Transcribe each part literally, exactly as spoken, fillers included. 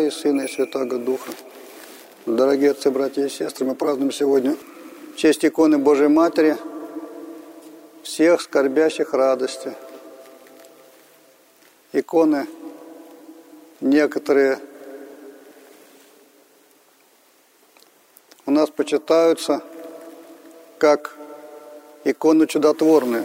и Сына, и Святаго Духа. Дорогие отцы, братья и сестры, мы празднуем сегодня в честь иконы Божией Матери всех скорбящих радости. Иконы некоторые у нас почитаются как иконы чудотворные.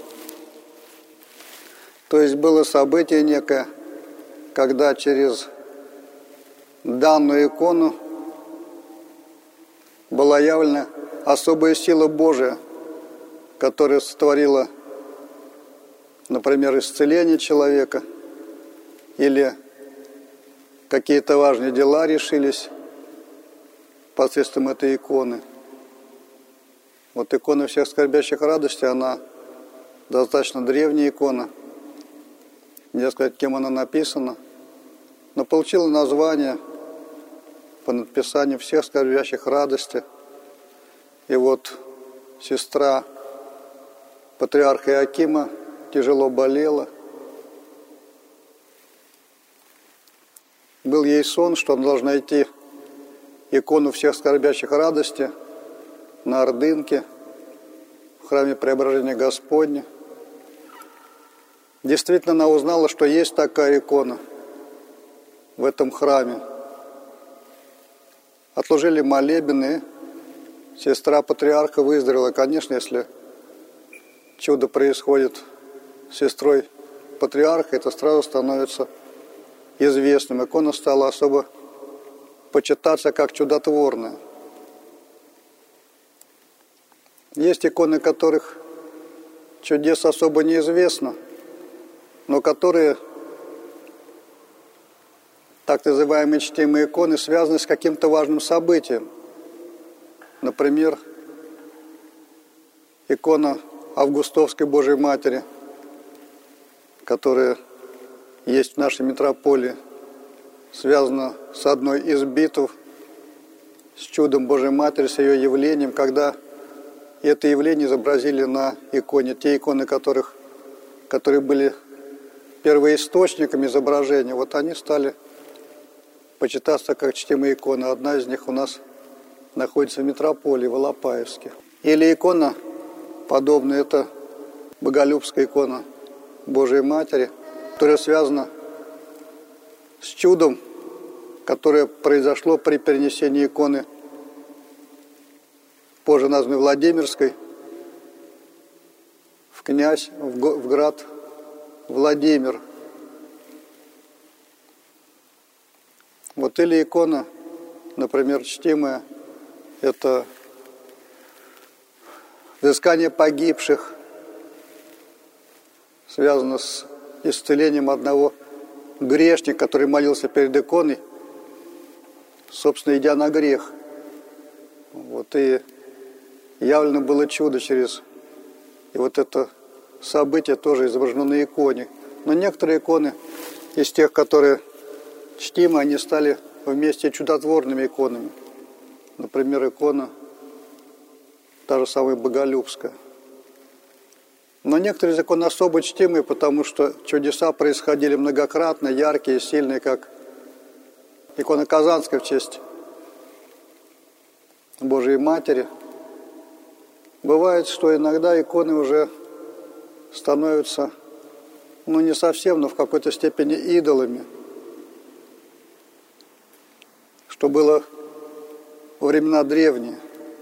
То есть было событие некое, когда через данную икону была явлена особая сила Божия, которая сотворила, например, исцеление человека или какие-то важные дела решились посредством этой иконы. Вот икона всех скорбящих радости, она достаточно древняя икона. Нельзя сказать, кем она написана, но получила название по надписанию всех скорбящих радости. И вот сестра патриарха Иоакима тяжело болела. Был ей сон, что она должна идти икону всех скорбящих радости на Ордынке, в храме Преображения Господня. Действительно, она узнала, что есть такая икона в этом храме. Отложили молебен, и сестра патриарха выздоровела. Конечно, если чудо происходит с сестрой патриарха, это сразу становится известным. Икона стала особо почитаться как чудотворная. Есть иконы, которых чудес особо неизвестно, но которые, так называемые чтимые иконы, связаны с каким-то важным событием. Например, икона Августовской Божией Матери, которая есть в нашей митрополии, связана с одной из битв с чудом Божией Матери, с ее явлением, когда это явление изобразили на иконе. Те иконы, которых, которые были первоисточниками изображения, вот они стали почитаться как чтимые иконы. Одна из них у нас находится в митрополии, в Алапаевске. Или икона подобная, это Боголюбская икона Божией Матери, которая связана с чудом, которое произошло при перенесении иконы, позже названной Владимирской, в князь, в град Владимир. Вот или икона, например, чтимая, это взыскание погибших, связано с исцелением одного грешника, который молился перед иконой, собственно, идя на грех. Вот и явлено было чудо через... И вот это событие тоже изображено на иконе. Но некоторые иконы из тех, которые чтимы, они стали вместе чудотворными иконами. Например, икона та же самая Боголюбская. Но некоторые из икон особо чтимые, потому что чудеса происходили многократно, яркие, сильные, как икона Казанская в честь Божией Матери. Бывает, что иногда иконы уже становятся, ну не совсем, но в какой-то степени идолами. Что было во времена древние.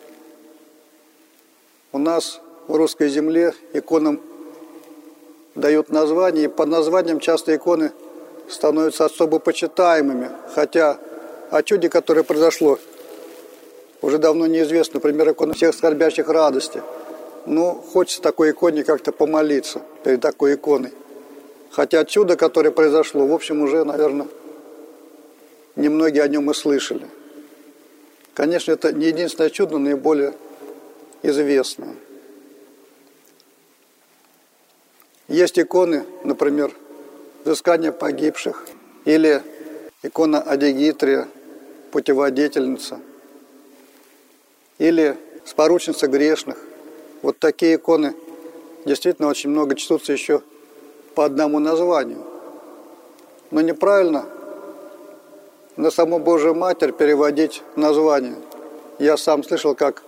У нас в русской земле иконам дают название, и под названием часто иконы становятся особо почитаемыми, хотя о чуде, которое произошло, уже давно неизвестно. Например, икона всех скорбящих радости. Ну, хочется такой иконе как-то помолиться перед такой иконой. Хотя чудо, которое произошло, в общем, уже, наверное, немногие о нем и слышали. Конечно, это не единственное чудо, но наиболее известное. Есть иконы, например, взыскание погибших, или икона Адигитрия, путеводительница, или споручница грешных. Вот такие иконы действительно очень много чтутся еще по одному названию. Но неправильно на саму Божию Матерь переводить название. Я сам слышал, как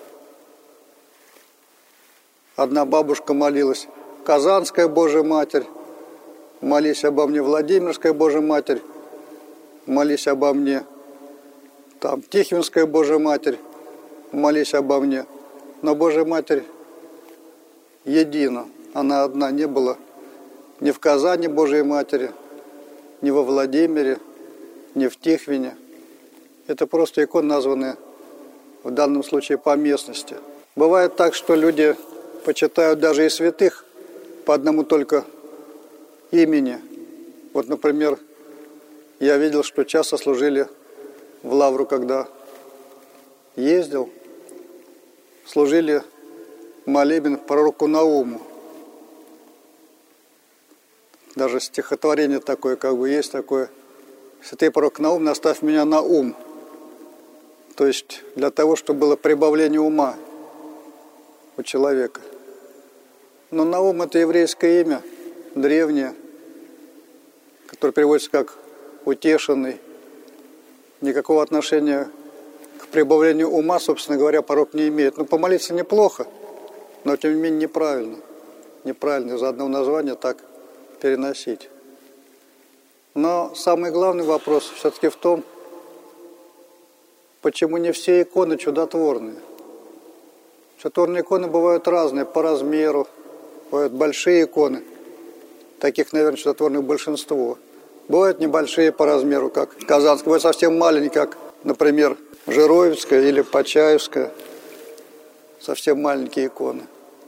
одна бабушка молилась: Казанская Божия Матерь, молись обо мне, Владимирская Божия Матерь, молись обо мне, там Тихвинская Божия Матерь, молись обо мне. Но Божия Матерь едина, она одна, не было ни в Казани Божией Матери, ни во Владимире, ни в Тихвине. Это просто иконы, названные в данном случае по местности. Бывает так, что люди почитают даже и святых по одному только имени. Вот, например, я видел, что часто служили в Лавру, когда ездил, служили молебен пророку Науму. Даже стихотворение такое, как бы есть такое: «Святый пророк Наум, наставь меня на ум». То есть для того, чтобы было прибавление ума у человека. Но Наум — это еврейское имя, древнее, которое переводится как «утешенный». Никакого отношения к прибавлению ума, собственно говоря, пророк не имеет. Ну, помолиться неплохо, но тем не менее неправильно. Неправильно из одного названия так переносить. Но самый главный вопрос все-таки в том, почему не все иконы чудотворные. Чудотворные иконы бывают разные по размеру, бывают большие иконы, таких, наверное, чудотворных большинство. Бывают небольшие по размеру, как Казанская, бывают совсем маленькие, как, например, Жировицкая или Почаевская, совсем маленькие иконы.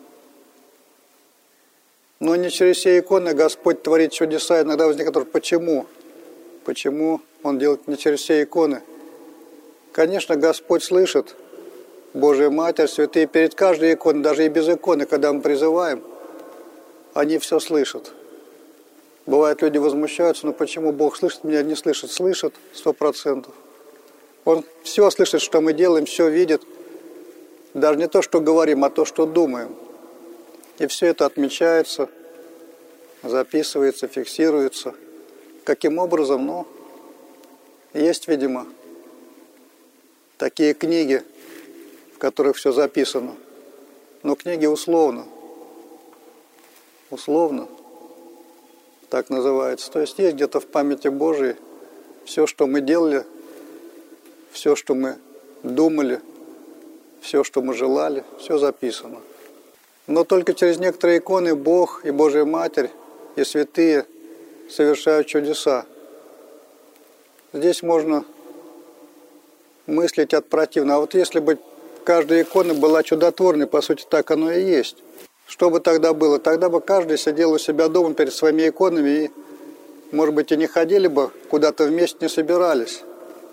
Но не через все иконы Господь творит чудеса. Иногда возникает вопрос: почему? Почему Он делает не через все иконы? Конечно, Господь слышит, Божия Матерь, святые, перед каждой иконой, даже и без иконы, когда мы призываем, они все слышат. Бывает, люди возмущаются: но почему Бог слышит, меня не слышит? Слышит сто процентов. Он все слышит, что мы делаем, все видит. Даже не то, что говорим, а то, что думаем. И все это отмечается, записывается, фиксируется. Каким образом? Ну, есть, видимо, такие книги, в которых все записано. Но книги условно. Условно. Так называется. То есть есть где-то в памяти Божией все, что мы делали, все, что мы думали, все, что мы желали, все записано. Но только через некоторые иконы Бог и Божья Матерь и святые совершают чудеса. Здесь можно мыслить от противного. А вот если бы каждая икона была чудотворной, по сути, так оно и есть. Что бы тогда было? Тогда бы каждый сидел у себя дома перед своими иконами и, может быть, и не ходили бы куда-то вместе, не собирались.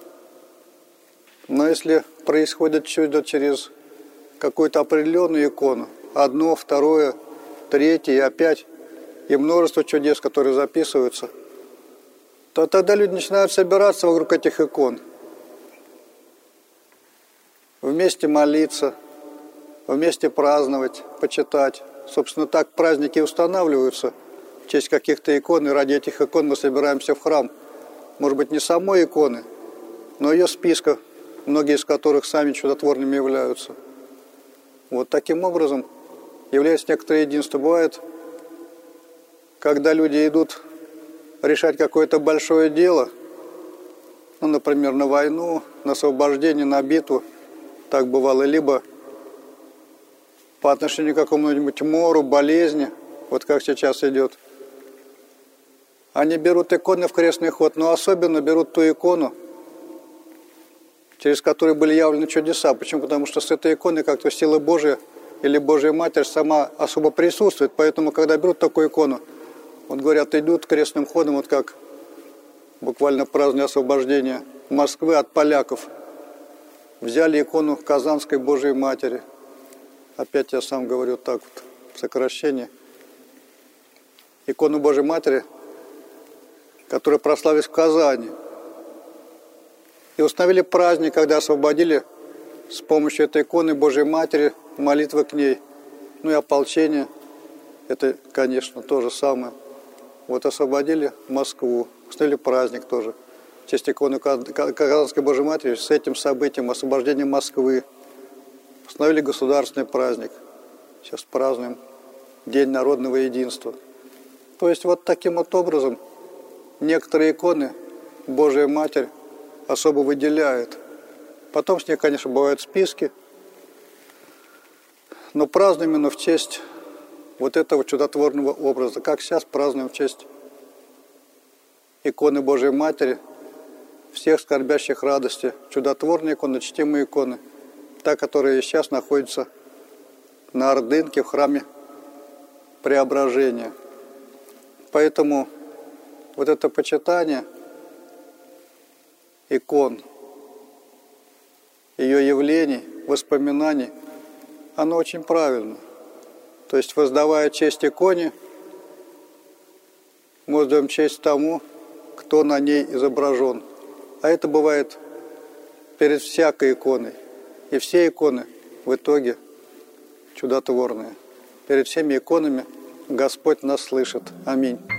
Но если происходит чудо через какую-то определенную икону, одно, второе, третье и опять, и множество чудес, которые записываются, то тогда люди начинают собираться вокруг этих икон, вместе молиться, вместе праздновать, почитать. Собственно, так праздники устанавливаются в честь каких-то икон, и ради этих икон мы собираемся в храм. Может быть, не самой иконы, но ее списка, многие из которых сами чудотворными являются. Вот таким образом является некоторое единство. Бывает, когда люди идут решать какое-то большое дело, ну, например, на войну, на освобождение, на битву, так бывало, либо по отношению к какому-нибудь мору, болезни, вот как сейчас идет. Они берут иконы в крестный ход, но особенно берут ту икону, через которую были явлены чудеса. Почему? Потому что с этой иконой как-то сила Божия или Божья Матерь сама особо присутствует. Поэтому, когда берут такую икону, вот говорят, идут крестным ходом, вот как буквально празднуя освобождение Москвы от поляков. Взяли икону Казанской Божьей Матери. Опять я сам говорю так вот, в сокращении. Икону Божьей Матери, которая прославилась в Казани. И установили праздник, когда освободили с помощью этой иконы Божьей Матери, молитвы к ней. Ну и ополчение, это, конечно, то же самое. Вот освободили Москву, установили праздник тоже. в честь иконы Казанской Божьей Матери, с этим событием освобождения Москвы установили государственный праздник. Сейчас празднуем День народного единства. То есть вот таким вот образом некоторые иконы Божия Матерь особо выделяет. Потом с ней, конечно, бывают списки, но празднуем именно в честь вот этого чудотворного образа, как сейчас празднуем в честь иконы Божией Матери, всех скорбящих радости, чудотворные иконы, чтимые иконы, та, которая сейчас находится на Ордынке в храме Преображения. Поэтому вот это почитание икон, ее явлений, воспоминаний, оно очень правильно. То есть, воздавая честь иконе, мы воздаем честь тому, кто на ней изображен. А это бывает перед всякой иконой. И все иконы в итоге чудотворные. Перед всеми иконами Господь нас слышит. Аминь.